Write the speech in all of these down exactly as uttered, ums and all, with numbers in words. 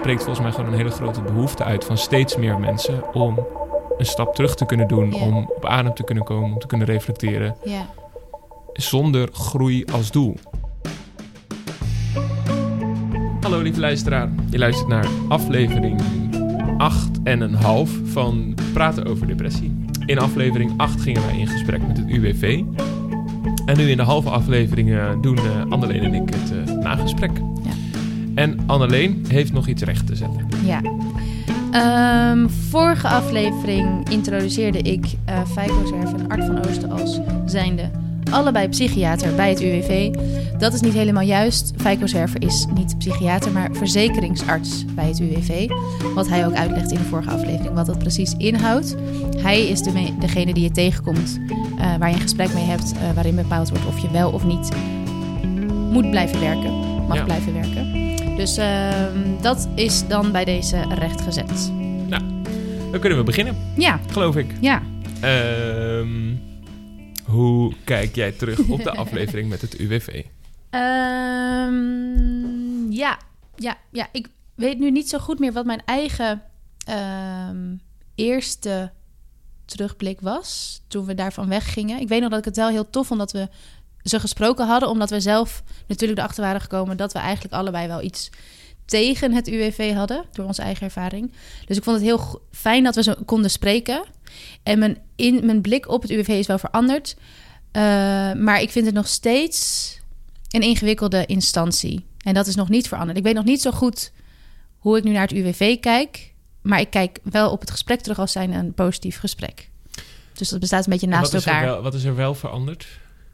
spreekt volgens mij gewoon een hele grote behoefte uit van steeds meer mensen om een stap terug te kunnen doen, Ja. om op adem te kunnen komen, om te kunnen reflecteren. Ja. Zonder groei als doel. Hallo lieve luisteraar, je luistert naar aflevering acht en een half van Praten over Depressie. In aflevering acht gingen wij in gesprek met het U W V. En nu in de halve aflevering uh, doen uh, Anneleen en ik het uh, nagesprek. Ja. En Anneleen heeft nog iets recht te zetten. Ja. Um, vorige aflevering introduceerde ik uh, Feiko Zwerver en Art van Oosten als zijnde allebei psychiater bij het U W V. Dat is niet helemaal juist. Feiko Zwerver is niet psychiater, maar verzekeringsarts bij het U W V. Wat hij ook uitlegt in de vorige aflevering, wat dat precies inhoudt. Hij is de me- degene die je tegenkomt, uh, waar je een gesprek mee hebt, uh, waarin bepaald wordt of je wel of niet moet blijven werken, mag Ja. blijven werken. Dus uh, dat is dan bij deze rechtgezet. Nou, dan kunnen we beginnen, Ja, geloof ik. ja. Um, hoe kijk jij terug op de aflevering met het U W V? Um, ja, ja, ja, ik weet nu niet zo goed meer wat mijn eigen um, eerste terugblik was toen we daarvan weggingen. Ik weet nog dat ik het wel heel tof vond dat we ze gesproken hadden, omdat we zelf natuurlijk erachter waren gekomen dat we eigenlijk allebei wel iets tegen het U W V hadden, door onze eigen ervaring. Dus ik vond het heel go- fijn dat we zo konden spreken. En mijn, in, mijn blik op het U W V is wel veranderd. Uh, maar ik vind het nog steeds een ingewikkelde instantie. En dat is nog niet veranderd. Ik weet nog niet zo goed hoe ik nu naar het U W V kijk. Maar ik kijk wel op het gesprek terug als zijn een positief gesprek. Dus dat bestaat een beetje naast wat is elkaar. Er wel, wat is er wel veranderd?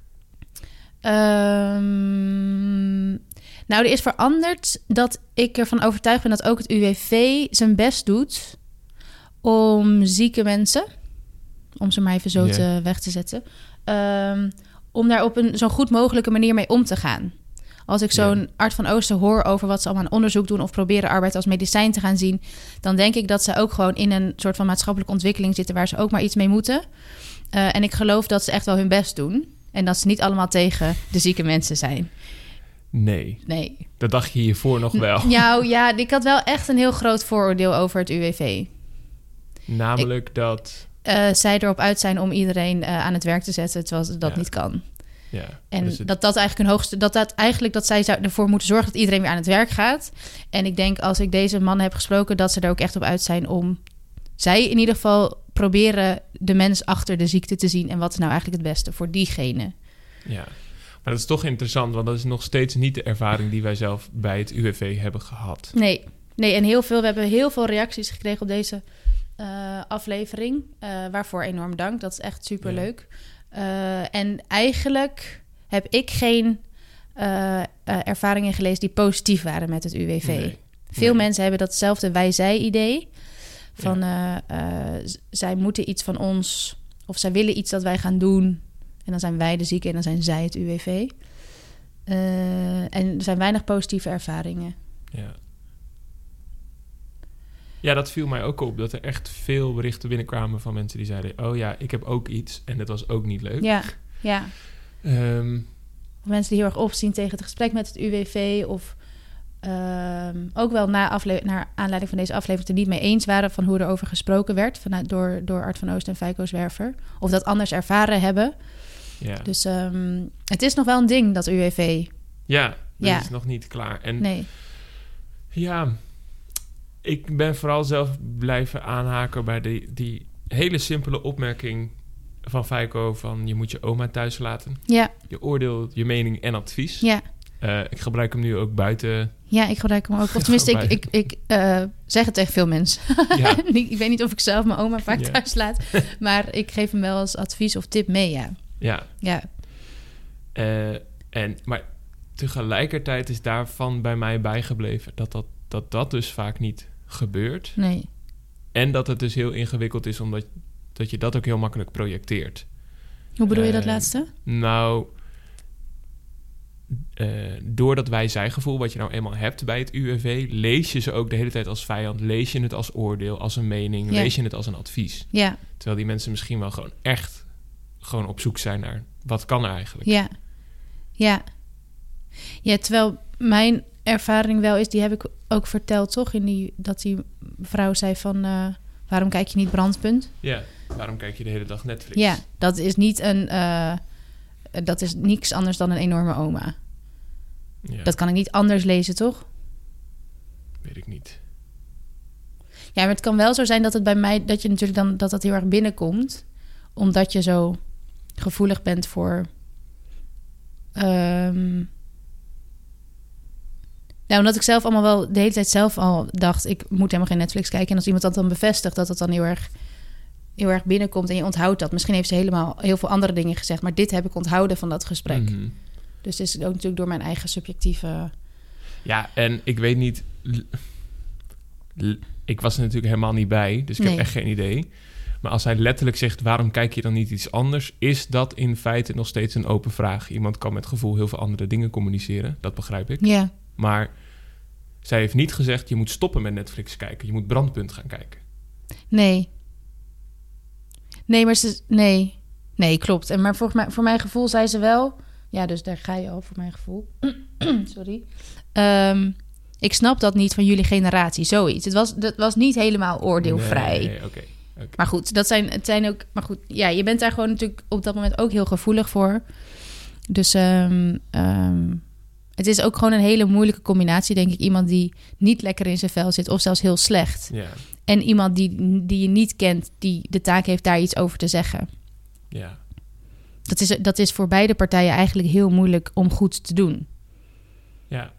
Um, nou, er is veranderd dat ik ervan overtuigd ben dat ook het U W V zijn best doet om zieke mensen, om ze maar even zo Yeah. te weg te zetten, um, om daar op een zo goed mogelijke manier mee om te gaan. Als ik zo'n Yeah. Art van Oosten hoor over wat ze allemaal aan onderzoek doen of proberen arbeid als medicijn te gaan zien, dan denk ik dat ze ook gewoon in een soort van maatschappelijke ontwikkeling zitten waar ze ook maar iets mee moeten. Uh, en ik geloof dat ze echt wel hun best doen. En dat ze niet allemaal tegen de zieke mensen zijn. Nee. Nee. Dat dacht je hiervoor nog wel. Nou ja, ik had wel echt een heel groot vooroordeel over het U W V. Namelijk ik, dat... Uh, zij erop uit zijn om iedereen uh, aan het werk te zetten, terwijl ze dat Ja. niet kan. Ja, En dus het... dat dat eigenlijk een hoogste... Dat dat eigenlijk dat zij zou ervoor moeten zorgen dat iedereen weer aan het werk gaat. En ik denk, als ik deze mannen heb gesproken, dat ze er ook echt op uit zijn om... Zij in ieder geval proberen de mens achter de ziekte te zien. En wat is nou eigenlijk het beste voor diegene? Ja, maar dat is toch interessant, want dat is nog steeds niet de ervaring die wij zelf bij het U W V hebben gehad. Nee, nee en heel veel, we hebben heel veel reacties gekregen op deze uh, aflevering. Uh, waarvoor enorm dank, dat is echt superleuk. Ja. Uh, en eigenlijk heb ik geen uh, uh, ervaringen gelezen die positief waren met het U W V. Nee. Veel nee. mensen hebben datzelfde wij-zij-idee. Van ja. uh, uh, z- zij moeten iets van ons, of zij willen iets dat wij gaan doen. En dan zijn wij de zieken en dan zijn zij het U W V. Uh, en er zijn weinig positieve ervaringen. Ja. Ja, dat viel mij ook op. Dat er echt veel berichten binnenkwamen van mensen die zeiden... oh ja, ik heb ook iets en dat was ook niet leuk. Ja, ja. Um, of mensen die heel erg opzien tegen het gesprek met het U W V... of um, ook wel na afle- naar aanleiding van deze aflevering... het er niet mee eens waren van hoe er over gesproken werd... Vanuit, door, door Art van Oosten en Feiko Zwerver. Of dat anders ervaren hebben. Ja. Dus um, het is nog wel een ding, dat U W V. Ja, dat ja. is nog niet klaar. En nee. Ja, ik ben vooral zelf blijven aanhaken bij die, die hele simpele opmerking van Feiko... van je moet je oma thuis laten. Ja. Je oordeel, je mening en advies. Ja. Uh, ik gebruik hem nu ook buiten. Ja, ik gebruik hem ook. Of tenminste, ik, ik, ik uh, zeg het tegen veel mensen. Ja. Ik weet niet of ik zelf mijn oma vaak ja. thuis laat. Maar ik geef hem wel als advies of tip mee, ja. Ja. Ja. Uh, en, maar tegelijkertijd is daarvan bij mij bijgebleven... dat dat, dat, dat dus vaak niet gebeurt. Nee. En dat het dus heel ingewikkeld is... omdat dat je dat ook heel makkelijk projecteert. Hoe bedoel je dat uh, laatste? Nou... Uh, door dat wij-zij-gevoel wat je nou eenmaal hebt bij het U W V... lees je ze ook de hele tijd als vijand. Lees je het als oordeel, als een mening. Ja. Lees je het als een advies. Ja. Terwijl die mensen misschien wel gewoon echt... gewoon op zoek zijn naar wat kan er eigenlijk. Ja. Ja. Ja, terwijl mijn ervaring wel is, die heb ik ook verteld, toch? In die, dat die vrouw zei van, uh, waarom kijk je niet Brandpunt? Ja, waarom kijk je de hele dag Netflix? Ja, dat is niet een, uh, dat is niks anders dan een enorme oma. Ja. Dat kan ik niet anders lezen, toch? Weet ik niet. Ja, maar het kan wel zo zijn dat het bij mij, dat je natuurlijk dan, dat dat heel erg binnenkomt, omdat je zo gevoelig bent voor, um, nou, omdat ik zelf allemaal wel de hele tijd zelf al dacht, ik moet helemaal geen Netflix kijken. En als iemand dat dan bevestigt, dat het dan heel erg, heel erg binnenkomt en je onthoudt dat. Misschien heeft ze helemaal heel veel andere dingen gezegd, maar dit heb ik onthouden van dat gesprek. Mm-hmm. Dus het is ook natuurlijk door mijn eigen subjectieve... Ja, en ik weet niet... Ik was er natuurlijk helemaal niet bij, dus ik nee. heb echt geen idee. Maar als hij letterlijk zegt, waarom kijk je dan niet iets anders? Is dat in feite nog steeds een open vraag. Iemand kan met gevoel heel veel andere dingen communiceren. Dat begrijp ik. Ja. Maar zij heeft niet gezegd, je moet stoppen met Netflix kijken. Je moet Brandpunt gaan kijken. Nee. Nee, maar ze... Nee. Nee, klopt. En maar voor, mij, voor mijn gevoel zei ze wel... Ja, dus daar ga je al voor mijn gevoel. Sorry. Um, ik snap dat niet van jullie generatie, zoiets. Het was, dat was niet helemaal oordeelvrij. Nee, oké. Okay, okay. Maar goed, dat zijn, het zijn ook... Maar goed, ja, je bent daar gewoon natuurlijk op dat moment ook heel gevoelig voor. Dus um, um, het is ook gewoon een hele moeilijke combinatie, denk ik. Iemand die niet lekker in zijn vel zit of zelfs heel slecht. Ja. En iemand die, die je niet kent, die de taak heeft daar iets over te zeggen. Ja. Dat is, dat is voor beide partijen eigenlijk heel moeilijk om goed te doen. Ja.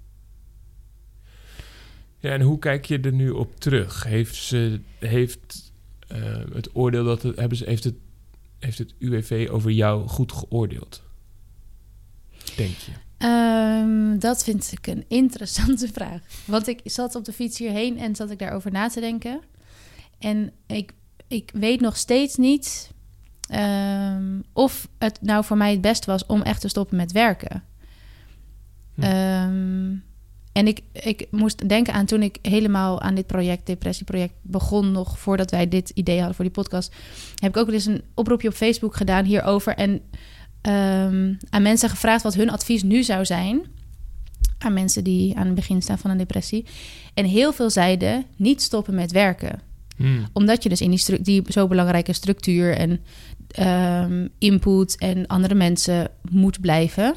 Ja, en hoe kijk je er nu op terug? Heeft ze heeft uh, het oordeel dat het, hebben ze heeft het heeft het U W V over jou goed geoordeeld? Denk je? Um, dat vind ik een interessante vraag. Want ik zat op de fiets hierheen en zat ik daarover na te denken. En ik, ik weet nog steeds niet um, of het nou voor mij het best was om echt te stoppen met werken. Hm. Um, en ik, ik moest denken aan toen ik helemaal aan dit project, depressieproject, begon, nog voordat wij dit idee hadden voor die podcast, heb ik ook wel eens een oproepje op Facebook gedaan hierover en um, aan mensen gevraagd wat hun advies nu zou zijn aan mensen die aan het begin staan van een depressie. En heel veel zeiden niet stoppen met werken. Hmm. Omdat je dus in die, stru- die zo belangrijke structuur en um, input en andere mensen moet blijven.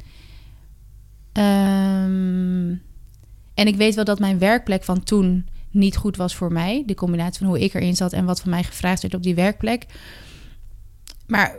Um, en ik weet wel dat mijn werkplek van toen niet goed was voor mij. De combinatie van hoe ik erin zat en wat van mij gevraagd werd op die werkplek. Maar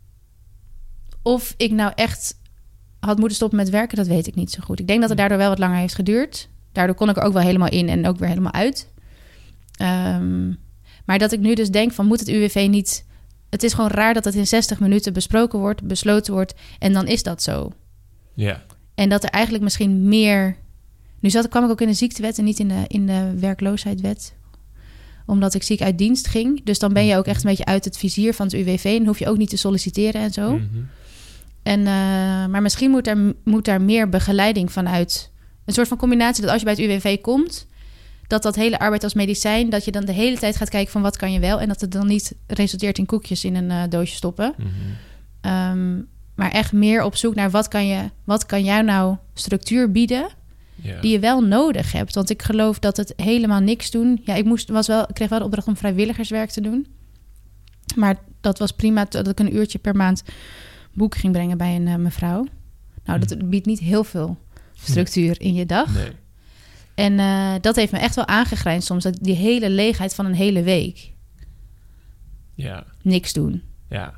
of ik nou echt had moeten stoppen met werken, dat weet ik niet zo goed. Ik denk dat het daardoor wel wat langer heeft geduurd. Daardoor kon ik er ook wel helemaal in en ook weer helemaal uit. Um, maar dat ik nu dus denk van, moet het U W V niet... Het is gewoon raar dat het in zestig minuten besproken wordt, besloten wordt en dan is dat zo. Ja. En dat er eigenlijk misschien meer... Nu zat, kwam ik ook in de ziektewet en niet in de, in de werkloosheidswet. Omdat ik ziek uit dienst ging. Dus dan ben je ook echt een beetje uit het vizier van het U W V. En dan hoef je ook niet te solliciteren en zo. Mm-hmm. En, uh, maar misschien moet er, moet daar meer begeleiding vanuit. Een soort van combinatie dat als je bij het U W V komt, dat dat hele arbeid als medicijn, dat je dan de hele tijd gaat kijken van wat kan je wel. En dat het dan niet resulteert in koekjes in een uh, doosje stoppen. Mm-hmm. Um, maar echt meer op zoek naar wat kan je, wat kan jou nou structuur bieden, ja, die je wel nodig hebt. Want ik geloof dat het helemaal niks doen. Ja, ik moest was wel, ik kreeg wel de opdracht om vrijwilligerswerk te doen. Maar dat was prima dat ik een uurtje per maand boek ging brengen bij een uh, mevrouw. Nou, dat biedt niet heel veel structuur nee. in je dag. Nee. En uh, dat heeft me echt wel aangegrijnsd soms. Dat die hele leegheid van een hele week. Ja. Niks doen. Ja.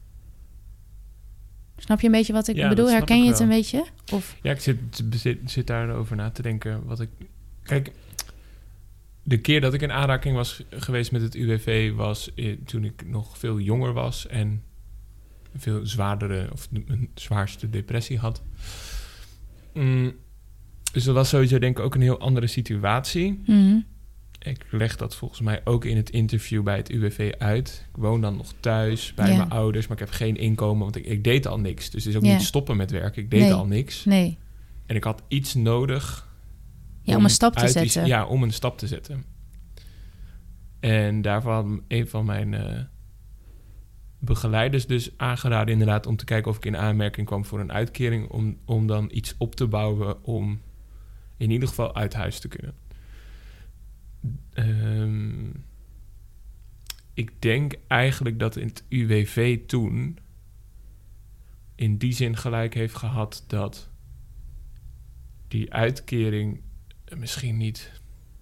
Snap je een beetje wat ik ja, bedoel? Herken je wel. het een beetje? Of? Ja, ik zit, zit, zit daarover na te denken. Wat ik, kijk, de keer dat ik in aanraking was geweest met het U W V was eh, toen ik nog veel jonger was en een veel zwaardere of een zwaarste depressie had. Mm, dus dat was sowieso denk ik ook een heel andere situatie. Mm-hmm. Ik leg dat volgens mij ook in het interview bij het U W V uit. Ik woon dan nog thuis bij ja. mijn ouders, maar ik heb geen inkomen, want ik, ik deed al niks. Dus het is ook ja. niet stoppen met werken. Ik deed nee. al niks. Nee. En ik had iets nodig. Ja, om, om een stap te zetten. Die, ja, om een stap te zetten. En daarvan een van mijn uh, begeleiders dus aangeraden inderdaad om te kijken of ik in aanmerking kwam voor een uitkering, om, om dan iets op te bouwen om in ieder geval uit huis te kunnen. Um, ik denk eigenlijk dat in het U W V toen in die zin gelijk heeft gehad dat die uitkering misschien niet...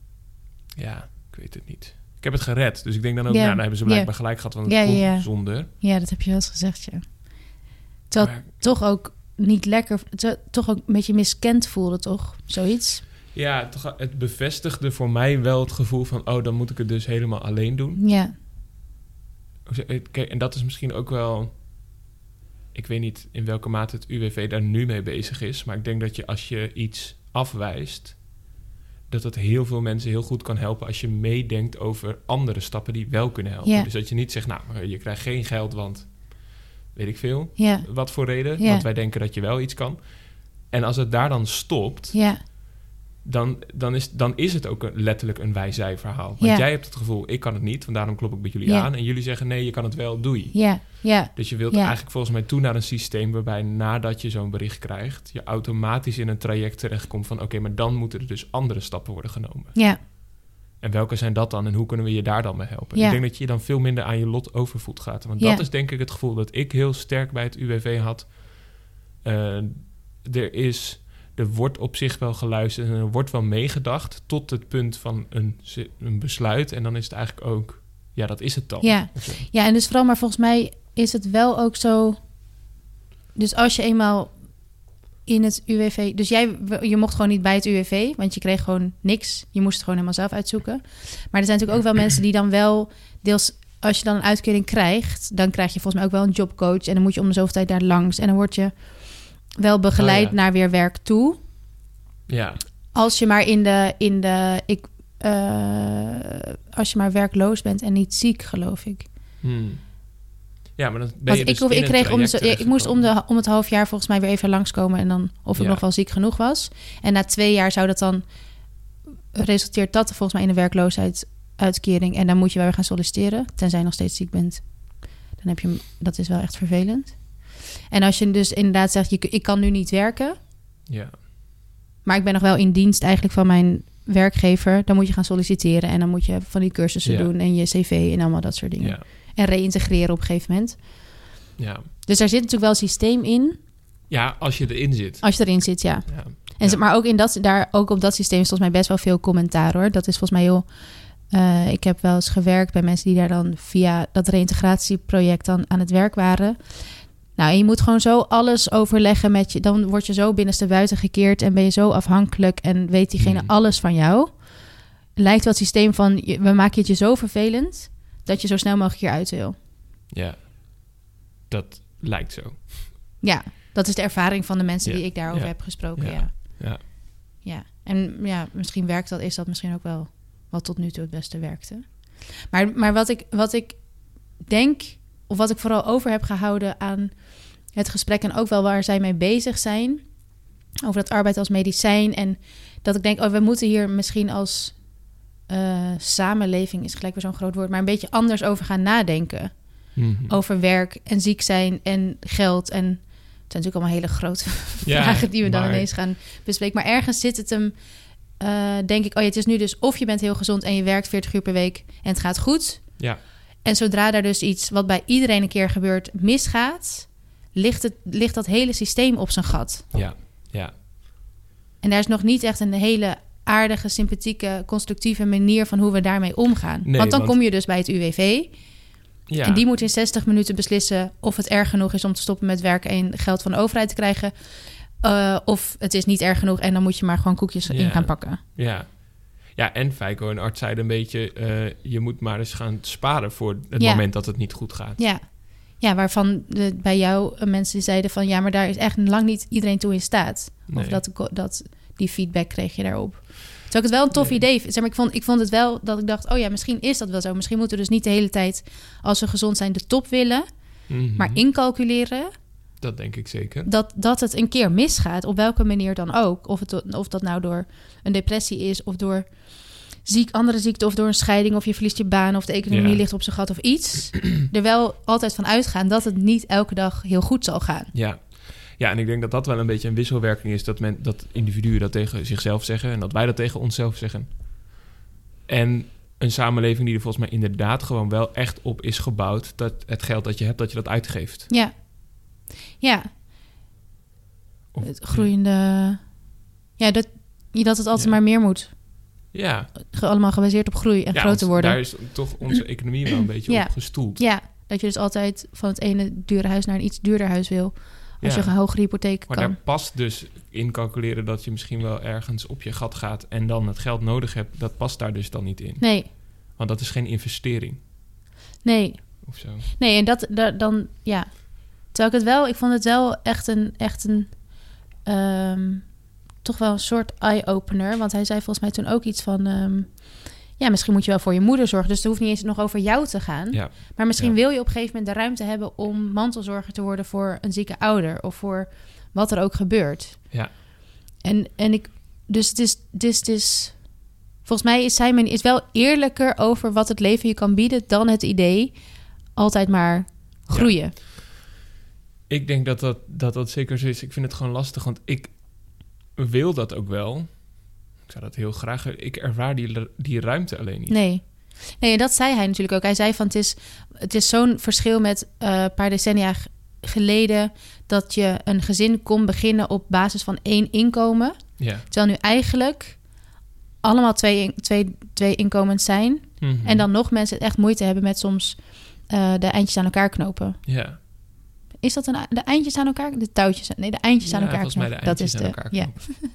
Ja, ik weet het niet. Ik heb het gered, dus ik denk dan ook... Ja. Nou, dan hebben ze blijkbaar yeah. gelijk gehad, want het ja, komt ja, ja. zonder. Ja, dat heb je wel eens gezegd, ja. Terwijl maar, toch ook niet lekker... Toch ook een beetje miskend voelde, toch? Zoiets. Ja, toch, het bevestigde voor mij wel het gevoel van... oh, dan moet ik het dus helemaal alleen doen. Ja. Kijk, en dat is misschien ook wel... Ik weet niet in welke mate het U W V daar nu mee bezig is... maar ik denk dat je als je iets afwijst... dat het heel veel mensen heel goed kan helpen... als je meedenkt over andere stappen die wel kunnen helpen. Ja. Dus dat je niet zegt, nou, je krijgt geen geld, want... weet ik veel, ja. wat voor reden. Ja. Want wij denken dat je wel iets kan. En als het daar dan stopt... Ja. Dan, dan, is, dan is het ook een, letterlijk een wij-zij-verhaal. Want ja. jij hebt het gevoel, ik kan het niet... want daarom klop ik bij jullie ja. aan. En jullie zeggen, nee, je kan het wel, doei. Ja. Ja. Dus je wilt ja. eigenlijk volgens mij toe naar een systeem... waarbij nadat je zo'n bericht krijgt... je automatisch in een traject terechtkomt van... oké, okay, maar dan moeten er dus andere stappen worden genomen. Ja. En welke zijn dat dan en hoe kunnen we je daar dan mee helpen? Ja. Ik denk dat je dan veel minder aan je lot overvoed gaat. Want ja. dat is denk ik het gevoel dat ik heel sterk bij het U W V had. Uh, er is... Er wordt op zich wel geluisterd en er wordt wel meegedacht... tot het punt van een, een besluit. En dan is het eigenlijk ook... Ja, dat is het dan. Ja. ja, en dus vooral maar volgens mij is het wel ook zo... Dus als je eenmaal in het U W V... Dus jij, je mocht gewoon niet bij het U W V... want je kreeg gewoon niks. Je moest het gewoon helemaal zelf uitzoeken. Maar er zijn natuurlijk ook wel mensen die dan wel... deels als je dan een uitkering krijgt... dan krijg je volgens mij ook wel een jobcoach... en dan moet je om de zoveel tijd daar langs... en dan word je... wel begeleid oh, ja. naar weer werk toe. Ja. Als je maar in de... In de ik, uh, als je maar werkloos bent en niet ziek, geloof ik. Hmm. Ja, maar dan ben je Want dus ik, ik, kreeg om de, ik moest om, de, om het half jaar volgens mij weer even langskomen... en dan of ik ja. nog wel ziek genoeg was. En na twee jaar zou dat dan... resulteert dat volgens mij in een werkloosheidsuitkering... en dan moet je weer gaan solliciteren. Tenzij je nog steeds ziek bent. Dan heb je... Dat is wel echt vervelend. En als je dus inderdaad zegt, je, ik kan nu niet werken... Ja. maar ik ben nog wel in dienst eigenlijk van mijn werkgever... dan moet je gaan solliciteren en dan moet je van die cursussen ja. doen... en je cv en allemaal dat soort dingen. Ja. En reïntegreren op een gegeven moment. Ja. Dus daar zit natuurlijk wel een systeem in. Ja, als je erin zit. Als je erin zit, ja. ja. En ja. Maar ook, in dat, daar, ook op dat systeem is volgens mij best wel veel commentaar, hoor. Dat is volgens mij heel... Uh, ik heb wel eens gewerkt bij mensen die daar dan... via dat reïntegratieproject dan aan het werk waren... Nou, en je moet gewoon zo alles overleggen met je. Dan word je zo binnenstebuiten gekeerd en ben je zo afhankelijk en weet diegene mm. alles van jou. Lijkt wel het systeem van, we maken het je zo vervelend dat je zo snel mogelijk hieruit wil. Ja, dat lijkt zo. Ja, dat is de ervaring van de mensen ja. die ik daarover ja. heb gesproken. Ja. Ja. Ja. ja, en ja, misschien werkt dat, is dat misschien ook wel wat tot nu toe het beste werkte. Maar, maar wat ik, wat ik denk... of wat ik vooral over heb gehouden aan het gesprek... en ook wel waar zij mee bezig zijn... over dat arbeid als medicijn... en dat ik denk, oh, we moeten hier misschien als uh, samenleving... is gelijk weer zo'n groot woord... maar een beetje anders over gaan nadenken. Mm-hmm. Over werk en ziek zijn en geld. En het zijn natuurlijk allemaal hele grote ja, vragen... die we dan maar... ineens gaan bespreken. Maar ergens zit het hem, uh, denk ik... oh ja, het is nu dus of je bent heel gezond... en je werkt veertig uur per week en het gaat goed... Ja. En zodra daar dus iets wat bij iedereen een keer gebeurt misgaat... ligt, het, ligt dat hele systeem op zijn gat. Ja, ja. En daar is nog niet echt een hele aardige, sympathieke, constructieve manier... van hoe we daarmee omgaan. Nee, want dan want... kom je dus bij het U W V. Ja. En die moet in zestig minuten beslissen... of het erg genoeg is om te stoppen met werken... en geld van de overheid te krijgen. Uh, of het is niet erg genoeg... en dan moet je maar gewoon koekjes ja. in gaan pakken. Ja. Ja, en Feiko en arts zeiden een beetje... Uh, je moet maar eens gaan sparen voor het ja. moment dat het niet goed gaat. Ja, ja waarvan de, bij jou uh, mensen die zeiden van... ja, maar daar is echt lang niet iedereen toe in staat. Nee. Of dat, dat, die feedback kreeg je daarop. Terwijl ik het wel een tof nee. idee zeg, maar ik vond, ik vond het wel dat ik dacht... oh ja, misschien is dat wel zo. Misschien moeten we dus niet de hele tijd... als we gezond zijn de top willen... Mm-hmm. maar incalculeren... Dat denk ik zeker. Dat, dat het een keer misgaat, op welke manier dan ook. Of, het, of dat nou door een depressie is... of door ziek, andere ziekte of door een scheiding... of je verliest je baan of de economie ja. ligt op zijn gat of iets. Er wel altijd van uitgaan dat het niet elke dag heel goed zal gaan. Ja, Ja, en ik denk dat dat wel een beetje een wisselwerking is... dat, men, dat individuen dat tegen zichzelf zeggen... en dat wij dat tegen onszelf zeggen. En een samenleving die er volgens mij inderdaad gewoon wel echt op is gebouwd... dat het geld dat je hebt, dat je dat uitgeeft. Ja. Ja. Of, het groeiende... Ja, dat, dat het altijd ja. maar meer moet. Ja. Allemaal gebaseerd op groei en ja, groter worden. Daar is toch onze economie wel een beetje ja. op gestoeld. Ja, dat je dus altijd van het ene dure huis naar een iets duurder huis wil... als ja. je een hogere hypotheek maar kan. daar past dus in calculeren dat je misschien wel ergens op je gat gaat... en dan het geld nodig hebt, dat past daar dus dan niet in. Nee. Want dat is geen investering. Nee. Of zo. Nee, en dat, dat dan, ja. Terwijl ik het wel, ik vond het wel echt een, echt een, um, toch wel een soort eye-opener. Want hij zei volgens mij toen ook iets van, um, ja, misschien moet je wel voor je moeder zorgen. Dus het hoeft niet eens nog over jou te gaan. Ja. Maar misschien ja. wil je op een gegeven moment de ruimte hebben om mantelzorger te worden voor een zieke ouder. Of voor wat er ook gebeurt. Ja. En, en ik, dus het is, dus het is, volgens mij is zijn men is wel eerlijker over wat het leven je kan bieden dan het idee altijd maar groeien. Ja. Ik denk dat dat, dat dat zeker zo is. Ik vind het gewoon lastig, want ik wil dat ook wel. Ik zou dat heel graag... Ik ervaar die, die ruimte alleen niet. Nee. Nee, en dat zei hij natuurlijk ook. Hij zei van, het is, het is zo'n verschil met uh, een paar decennia g- geleden... dat je een gezin kon beginnen op basis van één inkomen. Ja. Terwijl nu eigenlijk allemaal twee, twee, twee inkomens zijn. Mm-hmm. En dan nog mensen echt moeite hebben met soms uh, de eindjes aan elkaar knopen. Ja. Is dat een, de eindjes aan elkaar? De touwtjes? Nee, de eindjes ja, aan elkaar knopen. knopen. Dat is de. Elkaar ja.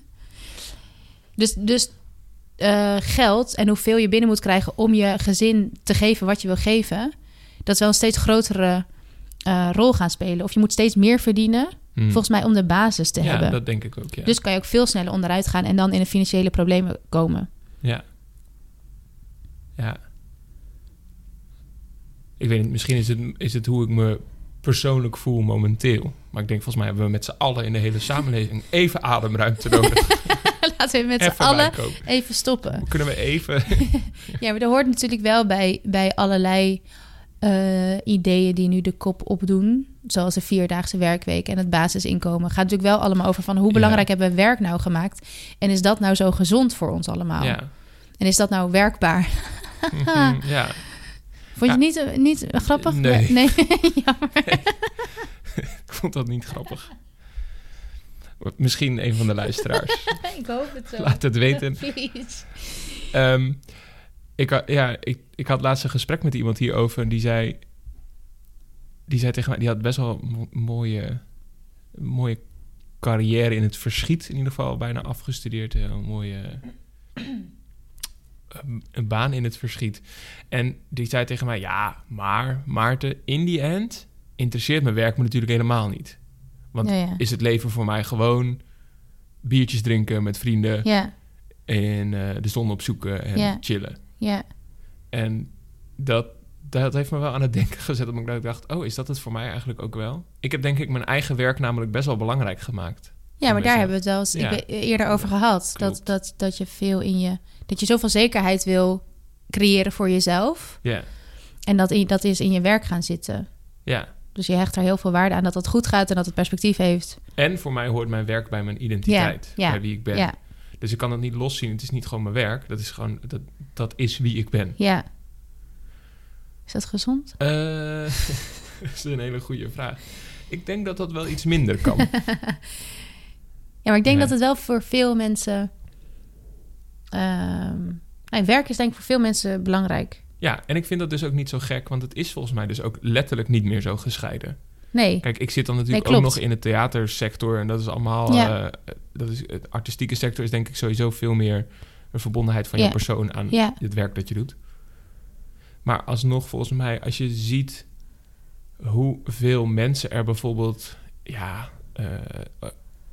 dus dus uh, geld en hoeveel je binnen moet krijgen om je gezin te geven wat je wil geven, dat is wel een steeds grotere uh, rol gaan spelen. Of je moet steeds meer verdienen, hmm. volgens mij, om de basis te ja, hebben. Ja, dat denk ik ook. Ja. Dus kan je ook veel sneller onderuit gaan en dan in de financiële problemen komen. Ja. Ja. Ik weet niet, misschien is het, is het hoe ik me persoonlijk voel momenteel. Maar ik denk, volgens mij hebben we met z'n allen in de hele samenleving even ademruimte nodig. Laten we met z'n allen even stoppen. Kunnen we even... ja, maar er hoort natuurlijk wel bij, bij allerlei uh, ideeën die nu de kop opdoen. Zoals de vierdaagse werkweek en het basisinkomen. Gaat natuurlijk wel allemaal over van hoe belangrijk ja. hebben we werk nou gemaakt. En is dat nou zo gezond voor ons allemaal? Ja. En is dat nou werkbaar? mm-hmm, ja. Vond je het ja. niet, niet grappig? Nee. nee. Jammer. Nee. Ik vond dat niet grappig. Misschien een van de luisteraars. Ik hoop het zo. Laat het weten. um, ik, had, ja, ik, ik had laatst een gesprek met iemand hierover en die zei... Die zei tegen mij, die had best wel een mo- mooie, mooie carrière in het verschiet. In ieder geval bijna afgestudeerd. Een mooie... een baan in het verschiet. En die zei tegen mij... ja, maar Maarten, in die end... interesseert mijn werk me natuurlijk helemaal niet. Want ja, ja. is het leven voor mij gewoon... biertjes drinken met vrienden... Ja. en uh, de zon opzoeken en ja. chillen. Ja. En dat, dat heeft me wel aan het denken gezet... omdat ik dacht, oh, is dat het voor mij eigenlijk ook wel? Ik heb denk ik mijn eigen werk namelijk best wel belangrijk gemaakt. Ja, maar daar hebben we het wel eens ja. ik eerder over gehad. Dat, dat, dat je veel in je... dat je zoveel zekerheid wil creëren voor jezelf. Ja. En dat, in, dat is in je werk gaan zitten. Ja. Dus je hecht er heel veel waarde aan dat het goed gaat en dat het perspectief heeft. En voor mij hoort mijn werk bij mijn identiteit. Ja. Ja. Bij wie ik ben. Ja. Dus ik kan het niet loszien. Het is niet gewoon mijn werk. Dat is gewoon... Dat, dat is wie ik ben. Ja. Is dat gezond? Uh, dat is een hele goede vraag. Ik denk dat dat wel iets minder kan. Ja, maar ik denk nee. dat het wel voor veel mensen... Um, nou, werk is denk ik voor veel mensen belangrijk. Ja, en ik vind dat dus ook niet zo gek... want het is volgens mij dus ook letterlijk niet meer zo gescheiden. Nee. Kijk, ik zit dan natuurlijk nee, ook nog in de theatersector... en dat is allemaal... Ja. Uh, dat is, het artistieke sector is denk ik sowieso veel meer... een verbondenheid van ja. je persoon aan ja. het werk dat je doet. Maar alsnog, volgens mij, als je ziet... hoeveel mensen er bijvoorbeeld... ja... Uh, uh,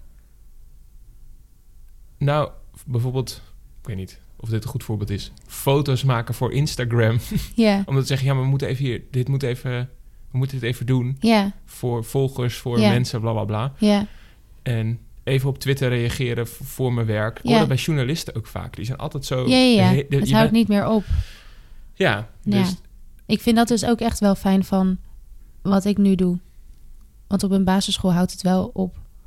nou, bijvoorbeeld... ik weet niet of dit een goed voorbeeld is... foto's maken voor Instagram. Ja. Om te zeggen, ja, maar we moeten even hier... dit moet even... we moeten dit even doen. Ja. Voor volgers, voor ja. mensen, bla, bla, bla. Ja. En even op Twitter reageren v- voor mijn werk. Ik hoor ja. dat bij journalisten ook vaak. Die zijn altijd zo... Ja, ja, ja. De, de, het houdt bent... niet meer op. Ja, dus... Ja. Ik vind dat dus ook echt wel fijn van wat ik nu doe. Want op een basisschool houdt het wel op.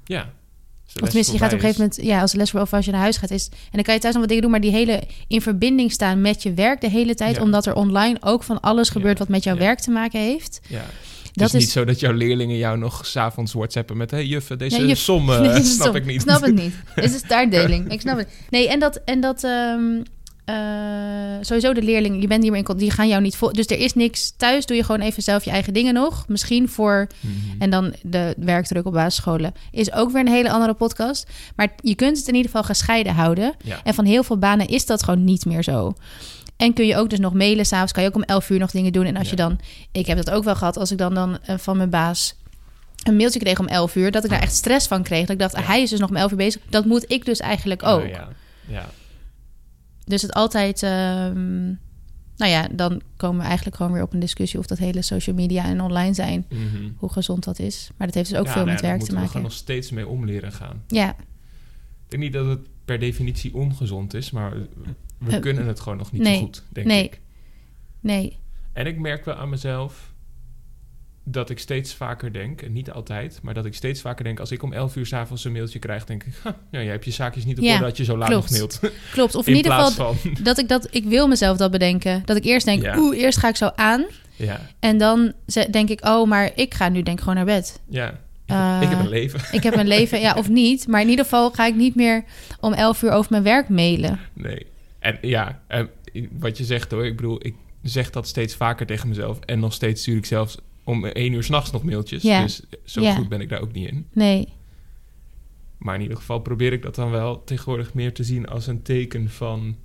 Ja. Of tenminste, je gaat op een gegeven moment, ja, als de les voor of als je naar huis gaat, is en dan kan je thuis nog wat dingen doen, maar die hele in verbinding staan met je werk de hele tijd, ja. omdat er online ook van alles gebeurt ja. wat met jouw ja. werk te maken heeft. Ja. Het dat is niet zo dat jouw leerlingen jou nog 's avonds WhatsAppen met, hey juffen, deze nee, juf, som uh, nee, snap som. ik niet. Ik snap het niet. Dit is taartdeling. Ik snap het. Nee, en dat en dat um, uh, sowieso de leerlingen, je bent niet meer in contact, die gaan jou niet vol. Dus er is niks thuis. Doe je gewoon even zelf je eigen dingen nog. Misschien voor mm-hmm. en dan de werkdruk op basisscholen is ook weer een hele andere podcast. Maar je kunt het in ieder geval gescheiden houden. Ja. En van heel veel banen is dat gewoon niet meer zo. En kun je ook dus nog mailen. 's Avonds kan je ook om elf uur nog dingen doen. En als ja. je dan, ik heb dat ook wel gehad, als ik dan, dan uh, van mijn baas een mailtje kreeg om elf uur, dat ik daar echt stress van kreeg. Dat ik dacht, ja. hij is dus nog om elf uur bezig. Dat moet ik dus eigenlijk ook. Oh, ja. Ja. Dus het altijd, um, nou ja, dan komen we eigenlijk gewoon weer op een discussie of dat hele social media en online zijn, mm-hmm. hoe gezond dat is. Maar dat heeft dus ook ja, veel nou met ja, werk te maken. Daar moeten we nog steeds mee om leren gaan. Ja. Ik denk niet dat het per definitie ongezond is, maar we uh, kunnen het gewoon nog niet nee, zo goed, denk nee, ik. Nee. En ik merk wel aan mezelf dat ik steeds vaker denk, en niet altijd, maar dat ik steeds vaker denk, als ik om elf uur 's avonds een mailtje krijg, denk ik, ja, jij hebt je zaakjes niet op orde ja, dat je zo laat klopt. nog mailt. Klopt, of in, in ieder geval van... dat ik dat, ik wil mezelf dat bedenken. Dat ik eerst denk, ja. oeh, eerst ga ik zo aan. Ja. En dan denk ik, oh, maar ik ga nu denk ik gewoon naar bed. Ja. Uh, ik heb een leven. Ik heb een leven, ja, of niet. Maar in ieder geval ga ik niet meer om elf uur over mijn werk mailen. Nee. En ja, en wat je zegt hoor. Ik bedoel, ik zeg dat steeds vaker tegen mezelf. En nog steeds stuur ik zelfs om één uur 's nachts nog mailtjes. Ja. Dus zo ja. goed ben ik daar ook niet in. Nee. Maar in ieder geval probeer ik dat dan wel tegenwoordig meer te zien als een teken van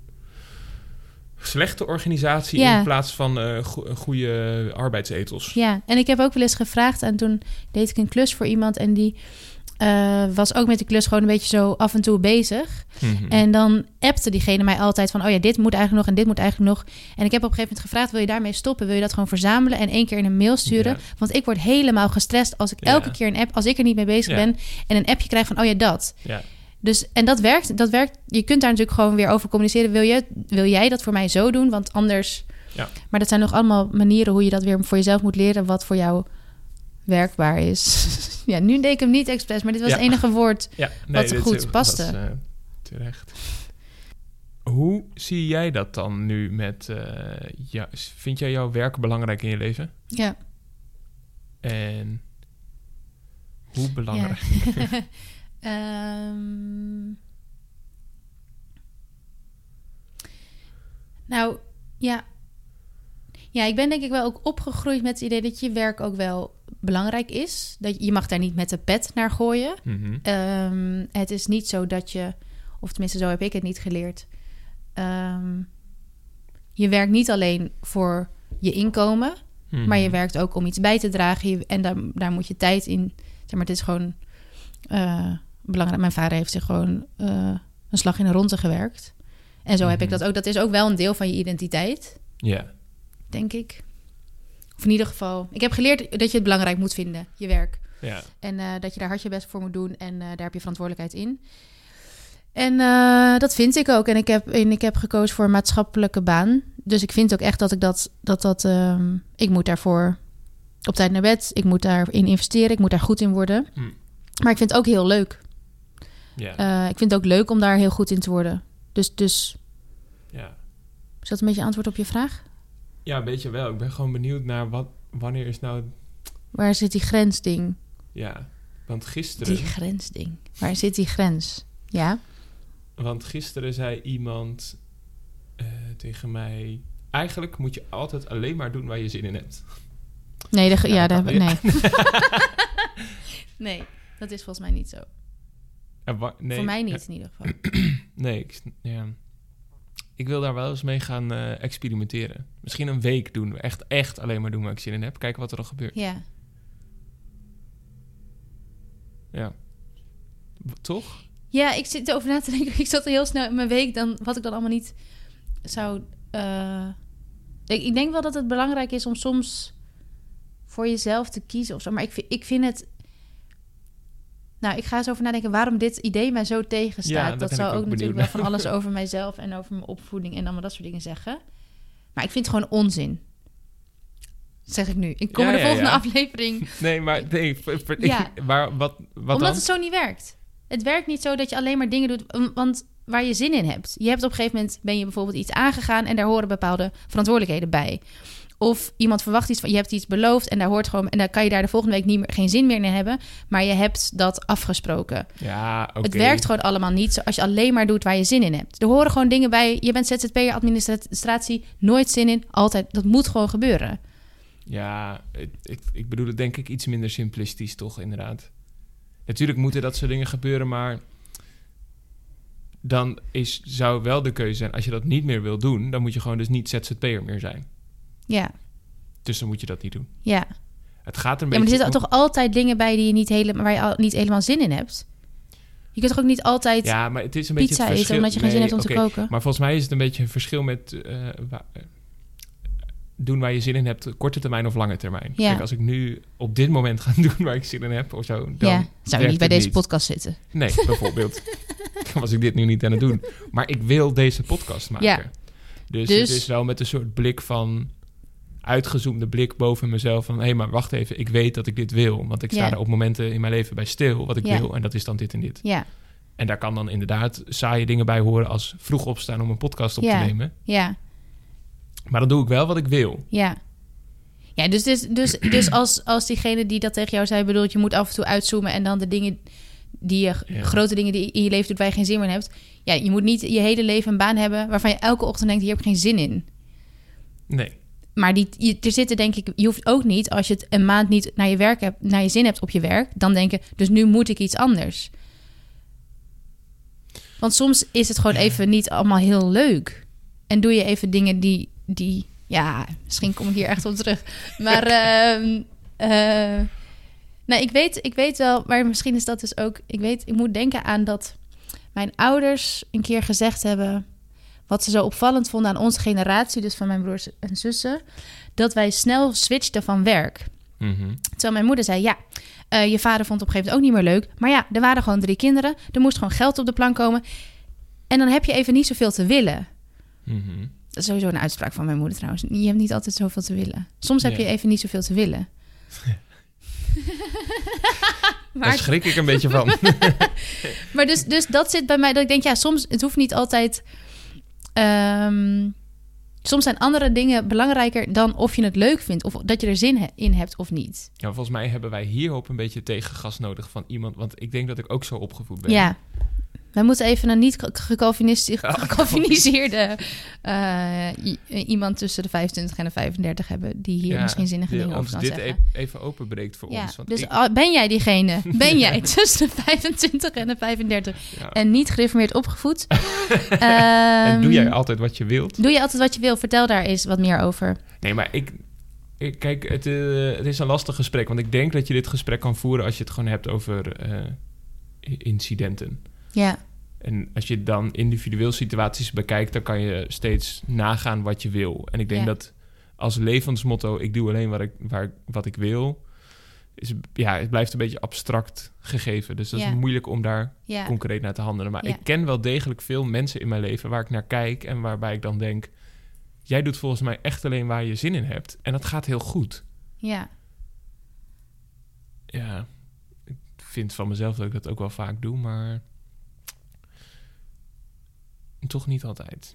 slechte organisatie ja. in plaats van uh, go- goede arbeidsethos. Ja, en ik heb ook wel eens gevraagd en toen deed ik een klus voor iemand en die uh, was ook met de klus gewoon een beetje zo af en toe bezig. Mm-hmm. En dan appte diegene mij altijd van, oh ja, dit moet eigenlijk nog en dit moet eigenlijk nog. En ik heb op een gegeven moment gevraagd, wil je daarmee stoppen? Wil je dat gewoon verzamelen en één keer in een mail sturen? Ja. Want ik word helemaal gestrest als ik elke ja. keer een app, als ik er niet mee bezig ja. ben en een appje krijg van, oh ja, dat. Ja. Dus, en dat werkt, dat werkt. Je kunt daar natuurlijk gewoon weer over communiceren. Wil, je, wil jij dat voor mij zo doen? Want anders... Ja. Maar dat zijn nog allemaal manieren hoe je dat weer voor jezelf moet leren, wat voor jou werkbaar is. Ja, nu deed ik hem niet expres, maar dit was ja. het enige woord ja. nee, wat goed is, paste. Was, uh, terecht. Hoe zie jij dat dan nu met... Uh, ja, vind jij jouw werk belangrijk in je leven? Ja. En hoe belangrijk? Ja. um... Nou, ja... Ja, ik ben denk ik wel ook opgegroeid met het idee dat je werk ook wel belangrijk is. Dat je mag daar niet met de pet naar gooien. Mm-hmm. Um, het is niet zo dat je, of tenminste zo heb ik het niet geleerd. Um, je werkt niet alleen voor je inkomen, mm-hmm. maar je werkt ook om iets bij te dragen. En daar, daar moet je tijd in. Zeg maar, het is gewoon uh, belangrijk. Mijn vader heeft zich gewoon uh, een slag in de ronde gewerkt. En zo mm-hmm. heb ik dat ook. Dat is ook wel een deel van je identiteit. Ja. Yeah. Denk ik. Of in ieder geval... Ik heb geleerd dat je het belangrijk moet vinden, je werk. Ja. En uh, dat je daar hard je best voor moet doen. En uh, daar heb je verantwoordelijkheid in. En uh, dat vind ik ook. En ik heb, en ik heb gekozen voor een maatschappelijke baan. Dus ik vind ook echt dat ik dat... dat, dat um, ik moet daarvoor op tijd naar bed. Ik moet daarin investeren. Ik moet daar goed in worden. Mm. Maar ik vind het ook heel leuk. Ja. Uh, ik vind het ook leuk om daar heel goed in te worden. Dus... dus ja. Is dat een beetje antwoord op je vraag? Ja, een beetje wel. Ik ben gewoon benieuwd naar wat, wanneer is nou... Waar zit die grensding? Ja, want gisteren... Die grensding. Waar zit die grens? Ja? Want gisteren zei iemand uh, tegen mij... Eigenlijk moet je altijd alleen maar doen waar je zin in hebt. Nee, de, ja, ja daar heb ik... Nee. Nee, dat is volgens mij niet zo. Ja, wa- nee, Voor mij niet ja. in ieder geval. Nee, ik... Ja. Ik wil daar wel eens mee gaan uh, experimenteren. Misschien een week doen. Echt, echt alleen maar doen waar ik zin in heb. Kijken wat er dan gebeurt. Ja. Ja. Toch? Ja, ik zit erover na te denken. Ik zat er heel snel in mijn week. Dan, wat ik dan allemaal niet zou... Uh... Ik, ik denk wel dat het belangrijk is om soms voor jezelf te kiezen of zo. Maar ik vind, ik vind het... Nou, ik ga eens over nadenken waarom dit idee mij zo tegenstaat. Ja, dat zou ook, ook natuurlijk wel van alles over mijzelf en over mijn opvoeding en allemaal dat soort dingen zeggen. Maar ik vind het gewoon onzin. zeg ik nu. Ik kom Ja, in de ja, volgende ja. aflevering. Nee, maar nee, ver- ver- Ja. waar, wat, wat Omdat dan? het zo niet werkt. Het werkt niet zo dat je alleen maar dingen doet, um, want waar je zin in hebt. Je hebt op een gegeven moment, ben je bijvoorbeeld iets aangegaan en daar horen bepaalde verantwoordelijkheden bij. Of iemand verwacht iets van, je hebt iets beloofd en daar hoort gewoon, en dan kan je daar de volgende week niet meer, geen zin meer in hebben, maar je hebt dat afgesproken. Ja, oké. Het werkt gewoon allemaal niet zo als je alleen maar doet waar je zin in hebt. Er horen gewoon dingen bij. Je bent Z Z P'er, administratie, nooit zin in, altijd. Dat moet gewoon gebeuren. Ja, ik, ik, ik bedoel het denk ik iets minder simplistisch toch, inderdaad. Natuurlijk moeten dat soort dingen gebeuren, maar dan is, zou wel de keuze zijn, als je dat niet meer wil doen, dan moet je gewoon dus niet Z Z P'er meer zijn. Ja, Dus dan moet je dat niet doen. ja. Het gaat een Ja, maar er beetje... zitten toch altijd dingen bij die je niet helemaal, waar je al, niet helemaal zin in hebt. Je kunt toch ook niet altijd Ja, maar het is een beetje pizza het eten verschil. omdat je geen zin Nee, hebt om oké. te koken. Maar volgens mij is het een beetje een verschil met uh, wa- uh, doen waar je zin in hebt, korte termijn of lange termijn. Ja. Kijk, als ik nu op dit moment ga doen waar ik zin in heb of zo, dan Ja, zou je werkt niet bij het deze podcast zitten. Nee, bijvoorbeeld. Dan was ik dit nu niet aan het doen. Maar ik wil deze podcast maken. Ja. Dus, Dus- het is wel met een soort blik van... uitgezoomde blik boven mezelf van... hé, hey, maar wacht even, ik weet dat ik dit wil. Want ik sta Ja. er op momenten in mijn leven bij stil... wat ik Ja. wil, en dat is dan dit en dit. Ja, En daar kan dan inderdaad saaie dingen bij horen... als vroeg opstaan om een podcast op Ja. te nemen. ja, Maar dan doe ik wel wat ik wil. ja. Ja, dus, dus, dus, dus als, als diegene die dat tegen jou zei bedoelt... je moet af en toe uitzoomen en dan de dingen... die je, Ja. grote dingen die je in je leven doet waar je geen zin meer in hebt... ja, je moet niet je hele leven een baan hebben... waarvan je elke ochtend denkt, hier heb ik geen zin in. Nee. Maar die, je, er zitten denk ik... je hoeft ook niet, als je het een maand niet naar je werk hebt... naar je zin hebt op je werk... dan denken, dus nu moet ik iets anders. Want soms is het gewoon even niet allemaal heel leuk. En doe je even dingen die... die ja, misschien kom ik hier echt op terug. Maar... ehm, eh, nou, ik weet, ik weet wel... maar misschien is dat dus ook... ik weet, ik moet denken aan dat... mijn ouders een keer gezegd hebben... wat ze zo opvallend vonden aan onze generatie... dus van mijn broers en zussen... dat wij snel switchten van werk. Mhm. Terwijl mijn moeder zei... ja, uh, je vader vond het op een gegeven moment ook niet meer leuk... maar ja, er waren gewoon drie kinderen... er moest gewoon geld op de plank komen... en dan heb je even niet zoveel te willen. Mhm. Dat is sowieso een uitspraak van mijn moeder trouwens. Je hebt niet altijd zoveel te willen. Soms heb Ja. je even niet zoveel te willen. Daar maar schrik ik een beetje van. maar dus, dus dat zit bij mij... dat ik denk, ja, soms... het hoeft niet altijd... Um, soms zijn andere dingen belangrijker dan of je het leuk vindt... of dat je er zin he- in hebt of niet. Ja, volgens mij hebben wij hierop een beetje tegengas nodig van iemand... want ik denk dat ik ook zo opgevoed ben. Ja, wij moeten even een niet gecalvinist- Ja. gecalviniseerde... uh, i- iemand tussen de vijfentwintig en de vijfendertig hebben... die hier Ja, misschien zinnige die dingen over ons kan dit zeggen. e- even openbreekt voor Ja, ons. Want dus ik, ah, ben jij diegene? Ben jij tussen de vijfentwintig en de vijfendertig... ja. en niet gereformeerd opgevoed? En Um, doe jij altijd wat je wilt? Doe je altijd wat je wil? Vertel daar eens wat meer over. Nee, maar ik... ik kijk, het, uh, het is een lastig gesprek. Want ik denk dat je dit gesprek kan voeren... als je het gewoon hebt over uh, incidenten. Ja, En als je dan individueel situaties bekijkt... dan kan je steeds nagaan wat je wil. En ik denk Ja. dat als levensmotto... ik doe alleen wat ik, waar, wat ik wil... Is, ja, het blijft een beetje abstract gegeven. Dus dat Ja. is moeilijk om daar ja, concreet naar te handelen. Maar Ja. ik ken wel degelijk veel mensen in mijn leven... waar ik naar kijk en waarbij ik dan denk... jij doet volgens mij echt alleen waar je zin in hebt. En dat gaat heel goed. ja. Ja, ik vind van mezelf dat ik dat ook wel vaak doe, maar... toch niet altijd.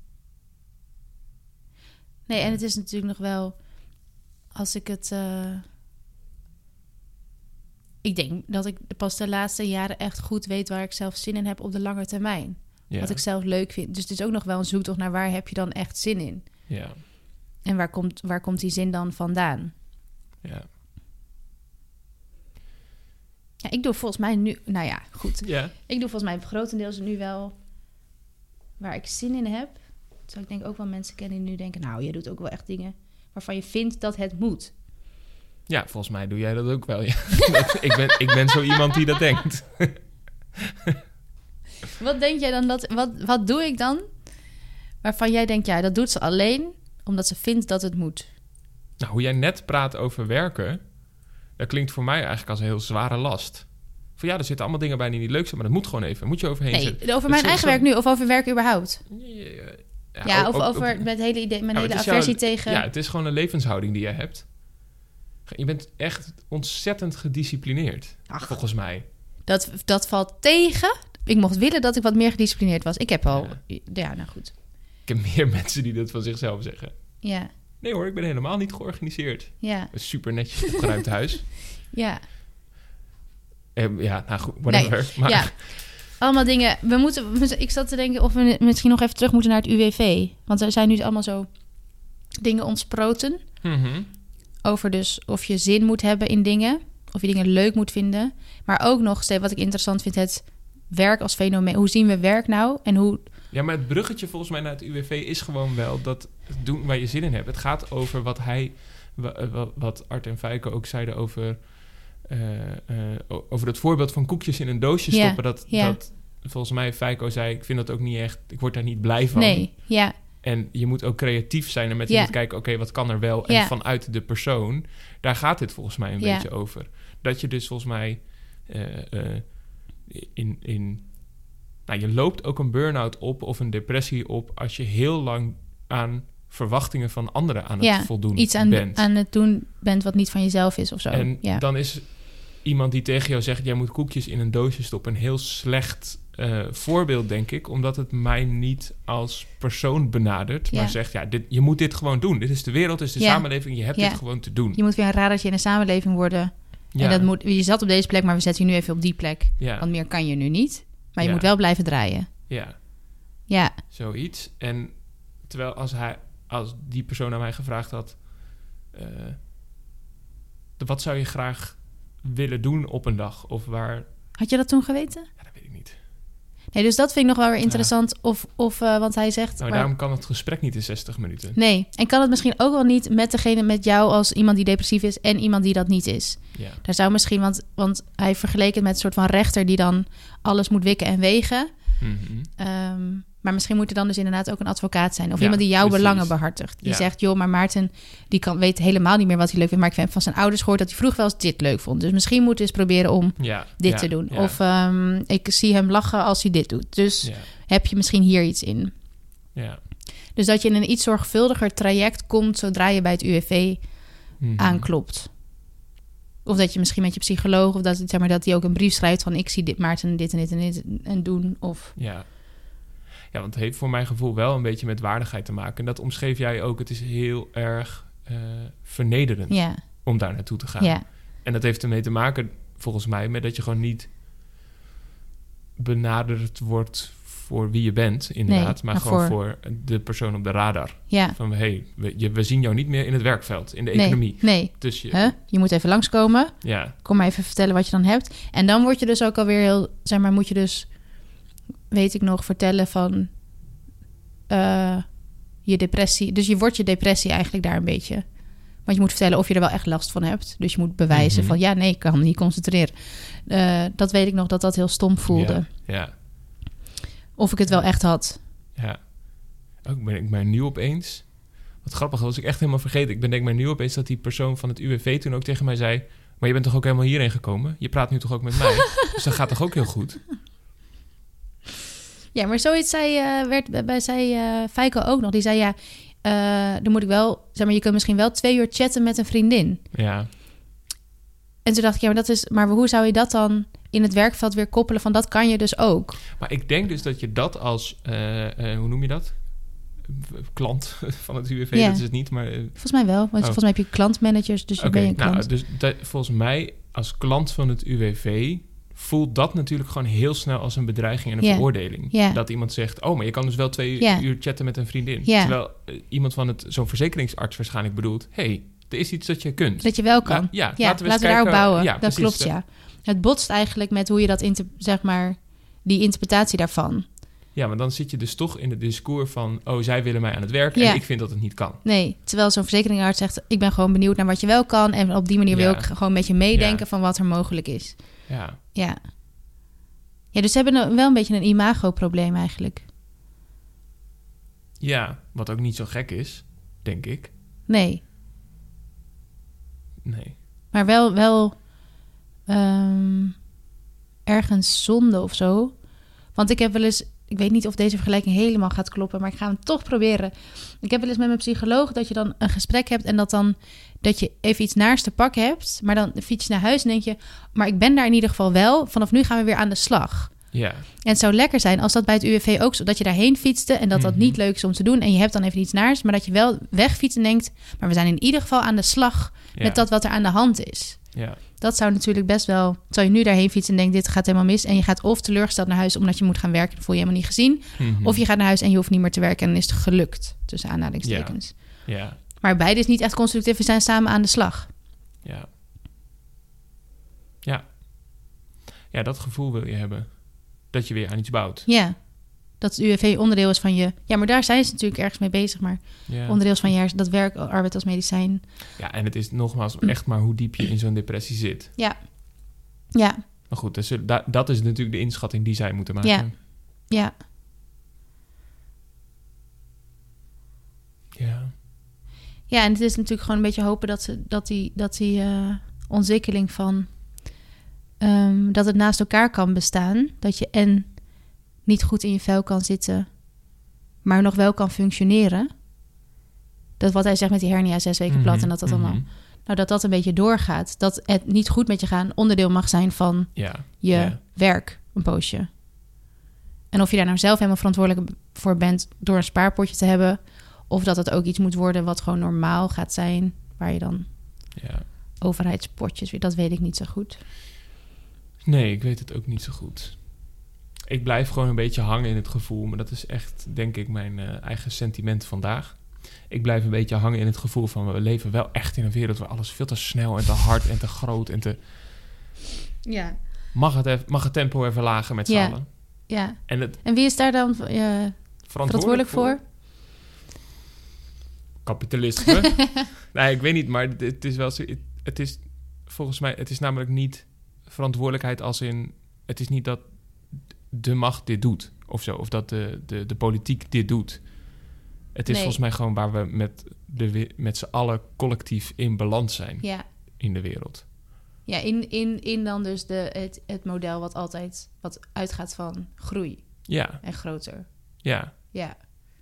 Nee, en het is natuurlijk nog wel... als ik het... Uh... Ik denk dat ik pas de laatste jaren echt goed weet... waar ik zelf zin in heb op de lange termijn. Ja, Wat ik zelf leuk vind. Dus het is ook nog wel een zoektocht naar waar heb je dan echt zin in. ja, En waar komt, waar komt die zin dan vandaan? ja. Ja, ik doe volgens mij nu... Nou ja, goed. Ja, Ik doe volgens mij grotendeels nu wel waar ik zin in heb. Terwijl ik denk ook wel mensen kennen die nu denken... nou, jij doet ook wel echt dingen waarvan je vindt dat het moet. ja, volgens mij doe jij dat ook wel. Ja. ik, ben, ik ben zo iemand die dat denkt. Wat denk jij dan dat... Wat, wat doe ik dan waarvan jij denkt... ja, dat doet ze alleen omdat ze vindt dat het moet. Nou, hoe jij net praat over werken... dat klinkt voor mij eigenlijk als een heel zware last. Van ja, er zitten allemaal dingen bij die niet leuk zijn... maar dat moet gewoon even. Moet je overheen Nee, zetten. over Dat mijn is eigen zo- werk nu of over werk überhaupt? Ja, Ja, ook- of ook- over ook- met hele idee, mijn Ja, hele het is jouw- aversie tegen... Ja, het is gewoon een levenshouding die jij hebt. Je bent echt ontzettend gedisciplineerd, Ach. volgens mij. Dat, dat valt tegen. Ik mocht willen dat ik wat meer gedisciplineerd was. Ik heb al... Ja, ja nou goed. Ik heb meer mensen die dat van zichzelf zeggen. Ja. Nee hoor, ik ben helemaal niet georganiseerd. Ja. Een super netjes opgeruimd huis. Ja. Eh, ja, nou goed, whatever. Nee, maar... ja. Allemaal dingen. We moeten... Ik zat te denken of we misschien nog even terug moeten naar het U W V. Want er zijn nu allemaal zo dingen ontsproten. Mm-hmm. Over dus of je zin moet hebben in dingen. Of je dingen leuk moet vinden. Maar ook nog steeds wat ik interessant vind, het werk als fenomeen. Hoe zien we werk nou? En hoe... Ja, maar het bruggetje volgens mij naar het U W V is gewoon wel dat doen waar je zin in hebt. Het gaat over wat hij, wat Art en Fijke ook zeiden over, uh, uh, over het voorbeeld van koekjes in een doosje Ja, stoppen. Dat, ja. dat volgens mij Fijke zei, ik vind dat ook niet echt, ik word daar niet blij van. Nee, ja. En je moet ook creatief zijn en met Ja. je moet kijken, oké, okay, wat kan er wel? En Ja. vanuit de persoon, daar gaat dit volgens mij een Ja. beetje over. Dat je dus volgens mij uh, uh, in, in... Nou, je loopt ook een burn-out op of een depressie op als je heel lang aan verwachtingen van anderen aan het Ja, voldoen iets aan, bent. aan het doen bent wat niet van jezelf is of zo. En ja. dan is iemand die tegen jou zegt, jij moet koekjes in een doosje stoppen, een heel slecht uh, voorbeeld, denk ik, omdat het mij niet als persoon benadert, Ja. maar zegt, ja, dit, je moet dit gewoon doen. Dit is de wereld, dit is de Ja. samenleving, je hebt Ja. dit gewoon te doen. Je moet weer een radertje in de samenleving worden. Ja. En dat moet, je zat op deze plek, maar we zetten je nu even op die plek. Ja. Want meer kan je nu niet. Maar je Ja. moet wel blijven draaien. Ja. Ja, Zoiets. En terwijl als hij, als die persoon aan mij gevraagd had, uh, de, wat zou je graag willen doen op een dag? Of waar... had je dat toen geweten? Ja, dat weet ik niet. Nee, dus dat vind ik nog wel weer interessant. Ja. Of, of uh, want hij zegt... Nou, maar... daarom kan het gesprek niet in zestig minuten. Nee, en kan het misschien ook wel niet met degene met jou als iemand die depressief is en iemand die dat niet is. Ja. Daar zou misschien, want, want hij vergeleek het met een soort van rechter die dan alles moet wikken en wegen. Mm-hmm. Um, maar misschien moet er dan dus inderdaad ook een advocaat zijn. Of Ja, iemand die jouw precies. belangen behartigt. Die Ja. zegt, joh, maar Maarten, die kan, weet helemaal niet meer wat hij leuk vindt. Maar ik heb van zijn ouders gehoord dat hij vroeger wel eens dit leuk vond. Dus misschien moet hij eens proberen om Ja. dit Ja. te doen. Ja. Of um, ik zie hem lachen als hij dit doet. Dus Ja. heb je misschien hier iets in. Ja. Dus dat je in een iets zorgvuldiger traject komt zodra je bij het U W V Mm-hmm. aanklopt. Of dat je misschien met je psycholoog, of dat, zeg maar, dat hij ook een brief schrijft van ik zie dit Maarten dit en dit en dit en doen. Of Ja. Ja, want het heeft voor mijn gevoel wel een beetje met waardigheid te maken. En dat omschreef jij ook. Het is heel erg uh, vernederend ja, om daar naartoe te gaan. ja, En dat heeft ermee te maken, volgens mij, met dat je gewoon niet benaderd wordt voor wie je bent, inderdaad. Nee, maar, maar gewoon voor- voor de persoon op de radar. ja. Van, hey, we, je, we zien jou niet meer in het werkveld, in de Nee, economie. nee. Dus je, Huh? Je moet even langskomen. ja, Kom maar even vertellen wat je dan hebt. En dan word je dus ook alweer heel, zeg maar, moet je dus, weet ik nog, vertellen van uh, je depressie. Dus je wordt je depressie eigenlijk daar een beetje. Want je moet vertellen of je er wel echt last van hebt. Dus je moet bewijzen Mhm. van ja, nee, ik kan me niet concentreren. Uh, dat weet ik nog, dat dat heel stom voelde. ja, ja, Of ik het wel echt had. ja. Ook ben ik maar nu opeens... Wat grappig, was ik echt helemaal vergeten. Ik ben denk maar nu opeens dat die persoon van het U W V toen ook tegen mij zei... Maar je bent toch ook helemaal hierheen gekomen? Je praat nu toch ook met mij? Dus dat gaat toch ook heel goed? Ja, maar zoiets zei, uh, werd bij zei uh, Fijko ook nog. Die zei ja, uh, dan moet ik wel, zeg maar, je kunt misschien wel twee uur chatten met een vriendin. Ja. En toen dacht ik, ja, maar dat is, maar hoe zou je dat dan in het werkveld weer koppelen? Van dat kan je dus ook. Maar ik denk dus dat je dat als, uh, uh, hoe noem je dat? Klant van het U W V, Ja. dat is het niet, maar... Uh, Volgens mij wel, want oh. volgens mij heb je klantmanagers, dus je Oké, ben je klant. nou, dus dat, volgens mij als klant van het U W V voelt dat natuurlijk gewoon heel snel als een bedreiging en een Ja. veroordeling. Ja. Dat iemand zegt, oh, maar je kan dus wel twee Ja. uur chatten met een vriendin. Ja. Terwijl uh, iemand van het, zo'n verzekeringsarts waarschijnlijk bedoelt, hey, er is iets dat je kunt. Dat je wel kan. La- ja, ja, laten we, laten we eens daarop kijken. bouwen. Ja, dat precies. klopt, ja. Het botst eigenlijk met hoe je dat, inter, zeg maar, die interpretatie daarvan. Ja, maar dan zit je dus toch in het discours van... oh, zij willen mij aan het werk Ja. en ik vind dat het niet kan. Nee, terwijl zo'n verzekeringsarts zegt, ik ben gewoon benieuwd naar wat je wel kan. En op die manier Ja. wil ik gewoon met je meedenken Ja. van wat er mogelijk is. Ja, Ja. Ja, dus ze hebben een- wel een beetje een imago-probleem eigenlijk. ja, wat ook niet zo gek is, denk ik. Nee, Nee. maar wel, wel um, ergens zonde of zo. Want ik heb wel eens ik weet niet of deze vergelijking helemaal gaat kloppen, maar ik ga hem toch proberen. Ik heb wel eens met mijn psycholoog dat je dan een gesprek hebt en dat dan dat je even iets naars te pakken hebt, maar dan fiets je naar huis en denk je, maar ik ben daar in ieder geval wel. Vanaf nu gaan we weer aan de slag. Ja. En het zou lekker zijn als dat bij het U W V ook zo, dat je daarheen fietste en dat dat Mm-hmm. niet leuk is om te doen en je hebt dan even iets naars, maar dat je wel wegfietst en denkt, maar we zijn in ieder geval aan de slag Ja. met dat wat er aan de hand is. Ja. Dat zou natuurlijk best wel... Terwijl je nu daarheen fietst en denkt, dit gaat helemaal mis. En je gaat of teleurgesteld naar huis omdat je moet gaan werken. Dat voel je helemaal niet gezien. Mm-hmm. Of je gaat naar huis en je hoeft niet meer te werken. En dan is het gelukt, tussen aanhalingstekens. Ja. Maar beide is niet echt constructief. We zijn samen aan de slag. Ja. Ja. Ja, dat gevoel wil je hebben. Dat je weer aan iets bouwt. Ja, dat het U W V onderdeel is van je... Ja, maar daar zijn ze natuurlijk ergens mee bezig. Maar Ja. onderdeel is van je hersen, dat werk, arbeid als medicijn. Ja, en het is nogmaals echt maar hoe diep je in zo'n depressie zit. Ja, ja, Maar goed, dus, da- dat is natuurlijk de inschatting die zij moeten maken. Ja. ja. Ja. Ja, en het is natuurlijk gewoon een beetje hopen dat, ze, dat die, dat die uh, ontwikkeling van... Um, dat het naast elkaar kan bestaan. Dat je en niet goed in je vel kan zitten, maar nog wel kan functioneren. Dat wat hij zegt met die hernia zes weken plat Mm-hmm. en dat dat Mm-hmm. allemaal... Nou, dat dat een beetje doorgaat. Dat het niet goed met je gaan onderdeel mag zijn van Ja. je Ja. werk een poosje. En of je daar nou zelf helemaal verantwoordelijk voor bent door een spaarpotje te hebben, of dat het ook iets moet worden wat gewoon normaal gaat zijn, waar je dan Ja. overheidspotjes weer, dat weet ik niet zo goed. Nee, ik weet het ook niet zo goed. Ik blijf gewoon een beetje hangen in het gevoel, maar dat is echt, denk ik, mijn uh, eigen sentiment vandaag. Ik blijf een beetje hangen in het gevoel van, we leven wel echt in een wereld waar alles veel te snel en te hard en te groot en te... Ja. Mag het, even, mag het tempo even lager met z'n Ja. allen? Ja. En, het En wie is daar dan uh, verantwoordelijk, verantwoordelijk voor? Kapitalisme. Nee, ik weet niet, maar het, het is wel zo... Het, het is volgens mij... Het is namelijk niet verantwoordelijkheid als in... Het is niet dat de macht dit doet of zo. Of dat de, de, de politiek dit doet. Het is Nee. volgens mij gewoon waar we met, de, we- met z'n allen collectief in balans zijn Ja. in de wereld. Ja, in, in, in dan dus de, het, het model wat altijd wat uitgaat van groei Ja, en groter. ja. Ja.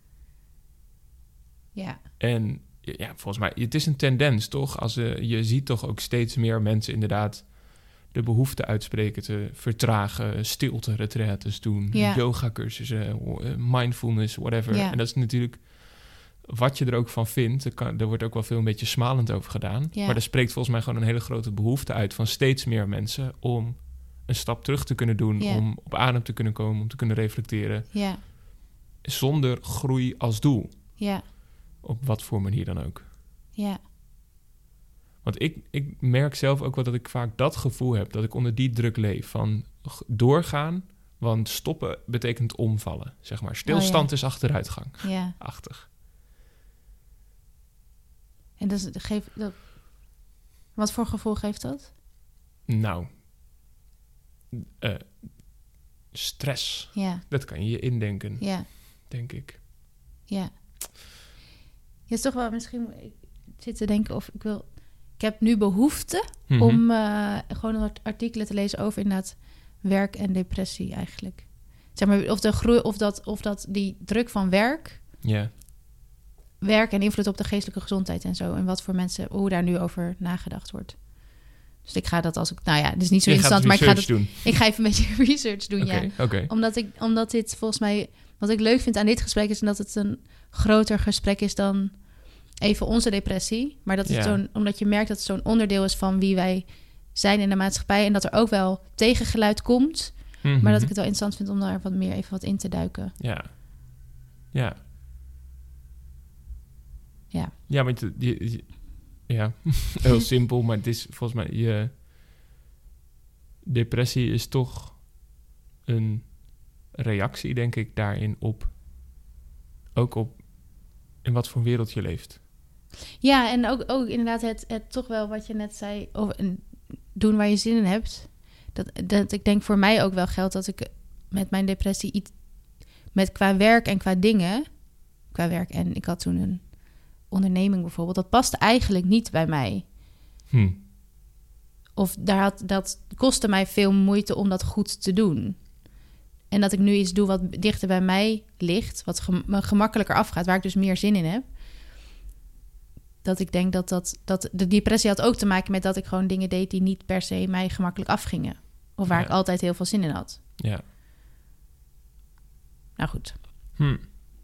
Ja. En ja, volgens mij, het is een tendens, toch? Als uh, je ziet toch ook steeds meer mensen inderdaad de behoefte uitspreken te vertragen, stilte-retraites doen, Ja. yoga-cursussen, uh, mindfulness, whatever. Ja. En dat is natuurlijk wat je er ook van vindt. Er, kan, er wordt ook wel veel een beetje smalend over gedaan. Ja. Maar er spreekt volgens mij gewoon een hele grote behoefte uit van steeds meer mensen om een stap terug te kunnen doen, Ja. om op adem te kunnen komen, om te kunnen reflecteren, Ja. zonder groei als doel. Ja. Op wat voor manier dan ook. Ja. Want ik, ik merk zelf ook wel dat ik vaak dat gevoel heb, dat ik onder die druk leef van g- doorgaan, want stoppen betekent omvallen, zeg maar. Stilstand Oh, ja. is achteruitgang, Ja. achtig. En dat, is- geeft dat, wat voor gevoel geeft dat? Nou, eh, stress, Ja. dat kan je je indenken, Ja. denk ik. Ja. Ja, is toch wel misschien... moet Ik zit te denken of ik wil... Ik heb nu behoefte Mhm. om uh, gewoon wat artikelen te lezen over inderdaad werk en depressie eigenlijk. Zeg maar, of, de groei, of, dat, of dat die druk van werk... Ja, werk en invloed op de geestelijke gezondheid en zo. En wat voor mensen, hoe daar nu over nagedacht wordt. Dus ik ga dat als ik... Nou ja, het is niet zo je gaat interessant, maar ik ga, dat, research doen. ik ga even een beetje research doen, Oké, ja. oké. Omdat, ik, omdat dit volgens mij... Wat ik leuk vind aan dit gesprek is dat het een groter gesprek is dan even onze depressie. Maar dat het Ja. zo'n, omdat je merkt dat het zo'n onderdeel is van wie wij zijn in de maatschappij. En dat er ook wel tegengeluid komt. Mhm. Maar dat ik het wel interessant vind om daar wat meer even wat in te duiken. Ja. Ja. Ja. Ja, want je, je- je- ja, heel simpel, maar het is volgens mij je depressie is toch een reactie, denk ik, daarin op ook op in wat voor wereld je leeft. Ja, en ook, ook inderdaad het, het toch wel wat je net zei, over een- doen waar je zin in hebt. Dat, dat ik denk voor mij ook wel geldt dat ik met mijn depressie iets met qua werk en qua dingen, qua werk en ik had toen een onderneming bijvoorbeeld, dat paste eigenlijk niet bij mij. Hm. Of daar had, dat kostte mij veel moeite om dat goed te doen. En dat ik nu iets doe wat dichter bij mij ligt. Wat gem- me gemakkelijker afgaat. Waar ik dus meer zin in heb. Dat ik denk dat, dat, dat de depressie had ook te maken met dat ik gewoon dingen deed die niet per se mij gemakkelijk afgingen. Of waar Ja. ik altijd heel veel zin in had. Ja. Nou goed. Hm.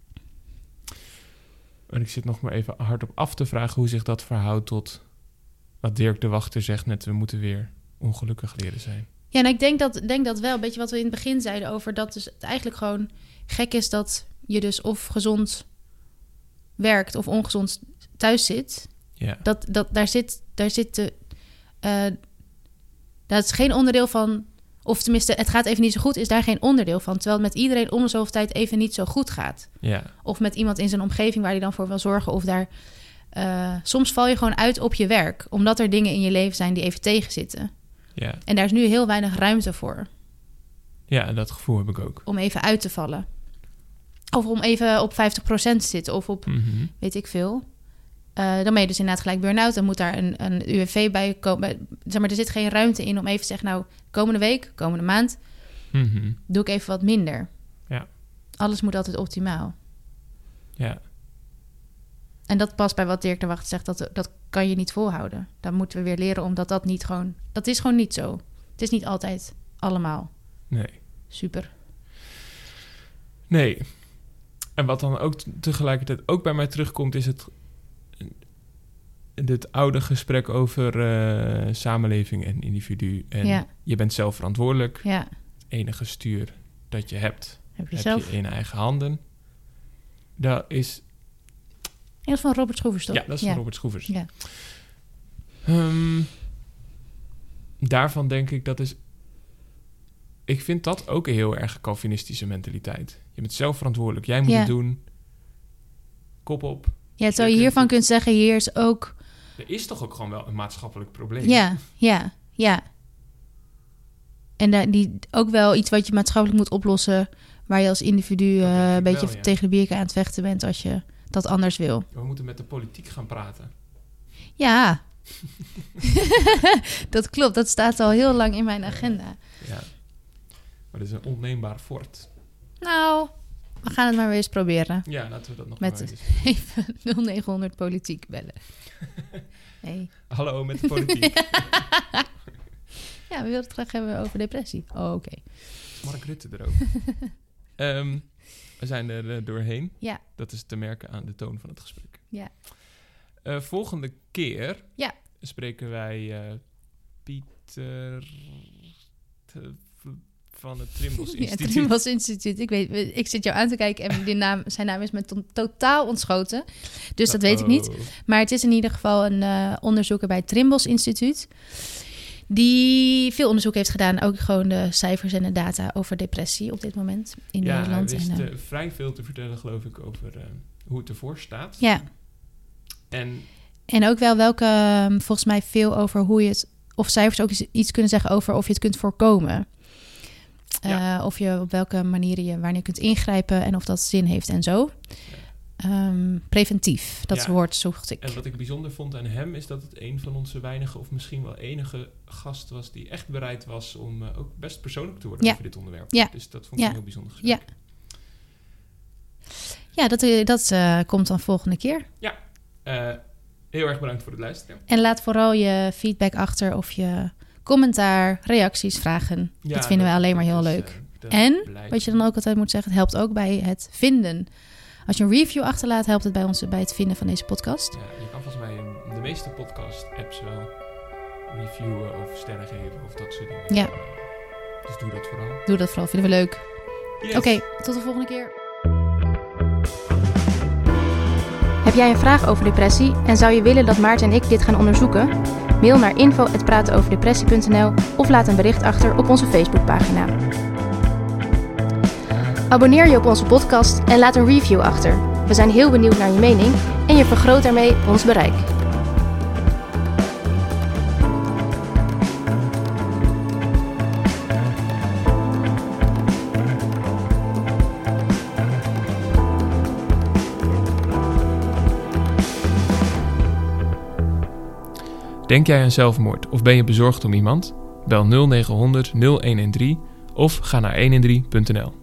En ik zit nog maar even hardop af te vragen hoe zich dat verhoudt tot wat Dirk de Wachter zegt net, we moeten weer ongelukkig leren zijn. Ja, en ik denk dat, denk dat wel. Een beetje wat we in het begin zeiden over dat dus het eigenlijk gewoon gek is dat je dus of gezond werkt of ongezond thuis zit. Ja. Dat, dat, daar zit, daar zit de, uh, dat is geen onderdeel van, of tenminste, het gaat even niet zo goed, is daar geen onderdeel van. Terwijl het met iedereen om de zoveel tijd even niet zo goed gaat. Ja. Of met iemand in zijn omgeving waar hij dan voor wil zorgen. Of daar, uh, soms val je gewoon uit op je werk, omdat er dingen in je leven zijn die even tegenzitten. Ja. En daar is nu heel weinig ruimte voor. Ja, dat gevoel heb ik ook. Om even uit te vallen. Of om even op vijftig procent te zitten. Of op, Mm-hmm. weet ik veel. Uh, dan ben je dus inderdaad gelijk burn-out. Dan moet daar een, een U W V bij komen. Zeg maar, er zit geen ruimte in om even te zeggen, nou, komende week, komende maand, Mm-hmm. doe ik even wat minder. Ja. Alles moet altijd optimaal. Ja. En dat past bij wat Dirk de Wacht zegt. Dat, dat kan je niet volhouden. Dan moeten we weer leren, omdat dat niet gewoon... Dat is gewoon niet zo. Het is niet altijd allemaal Nee. super. Nee. En wat dan ook t- tegelijkertijd ook bij mij terugkomt, is het... dit oude gesprek over uh, samenleving en individu. En Ja. je bent zelf verantwoordelijk. Ja, Het enige stuur dat je hebt, heb je heb zelf. je in eigen handen. Dat is... Ja, dat is van Robert Schroevers, toch? Ja, dat is van Robert Schroevers. Ja. Um, daarvan denk ik dat is... Ik vind dat ook een heel erg Calvinistische mentaliteit. Je bent zelf verantwoordelijk. Jij moet Ja. het doen. Kop op. Ja, terwijl je hiervan kunt zeggen, hier is ook... Er is toch ook gewoon wel een maatschappelijk probleem? Ja, ja, ja. En daar, die, ook wel iets wat je maatschappelijk moet oplossen, waar je als individu Dat uh, denk ik een beetje wel, ja. tegen de bierken aan het vechten bent als je dat anders wil. We moeten met de politiek gaan praten. Ja, dat klopt. Dat staat al heel lang in mijn agenda. Ja. Maar dat is een onneembaar fort. Nou, we gaan het maar weer eens proberen. Ja, laten we dat nog Met- maar eens. Even nul negenhonderd politiek bellen. Nee. Hallo, met de politiek. Ja, we wilden het graag hebben over depressie. Oh, oké. Mark Rutte er ook. Ehm, we zijn er uh, doorheen. Ja. Dat is te merken aan de toon van het gesprek. Ja. Uh, volgende keer Ja. spreken wij uh, Pieter te- van het Trimbos Ja, Instituut. het Trimbos Instituut. Ik, weet, ik zit jou aan te kijken en die naam, zijn naam is me to- totaal ontschoten. Dus dat weet ik niet. Oh. Maar het is in ieder geval een uh, onderzoeker bij het Trimbos Instituut. Die veel onderzoek heeft gedaan. Ook gewoon de cijfers en de data over depressie op dit moment in Ja, Nederland. hij wist en, uh, uh, vrij veel te vertellen, geloof ik, over uh, hoe het ervoor staat. ja. En En ook wel welke, um, volgens mij veel over hoe je het... Of cijfers ook iets, iets kunnen zeggen over of je het kunt voorkomen. Ja. Uh, of je op welke manieren je wanneer kunt ingrijpen en of dat zin heeft en zo. Um, preventief, dat Ja. woord zocht ik. En wat ik bijzonder vond aan hem is dat het een van onze weinige, of misschien wel enige gast was die echt bereid was om uh, ook best persoonlijk te worden Ja. over dit onderwerp. Ja. Dus dat vond ik Ja. een heel bijzonder gesprek. Ja. Ja, dat, uh, dat uh, komt dan volgende keer. Uh, heel erg bedankt voor het luisteren. En laat vooral je feedback achter of je commentaar, reacties, vragen. Ja, dat vinden we alleen maar heel is, leuk. uh, dat En, blijft. wat je dan ook altijd moet zeggen, het helpt ook bij het vinden. Als je een review achterlaat, helpt het bij ons bij het vinden van deze podcast. Ja, je kan volgens mij in de meeste podcast-apps wel reviewen of sterren geven of dat soort dingen. Ja. Dus doe dat vooral. Doe dat vooral, vinden we leuk. Yes. Oké, tot de volgende keer. Heb jij een vraag over depressie en zou je willen dat Maarten en ik dit gaan onderzoeken? Mail naar info at pratenoverdepressie punt n l of laat een bericht achter op onze Facebookpagina. Abonneer je op onze podcast en laat een review achter. We zijn heel benieuwd naar je mening en je vergroot daarmee ons bereik. Denk jij aan zelfmoord of ben je bezorgd om iemand? Bel nul negen honderd nul een een drie of ga naar een in drie punt n l.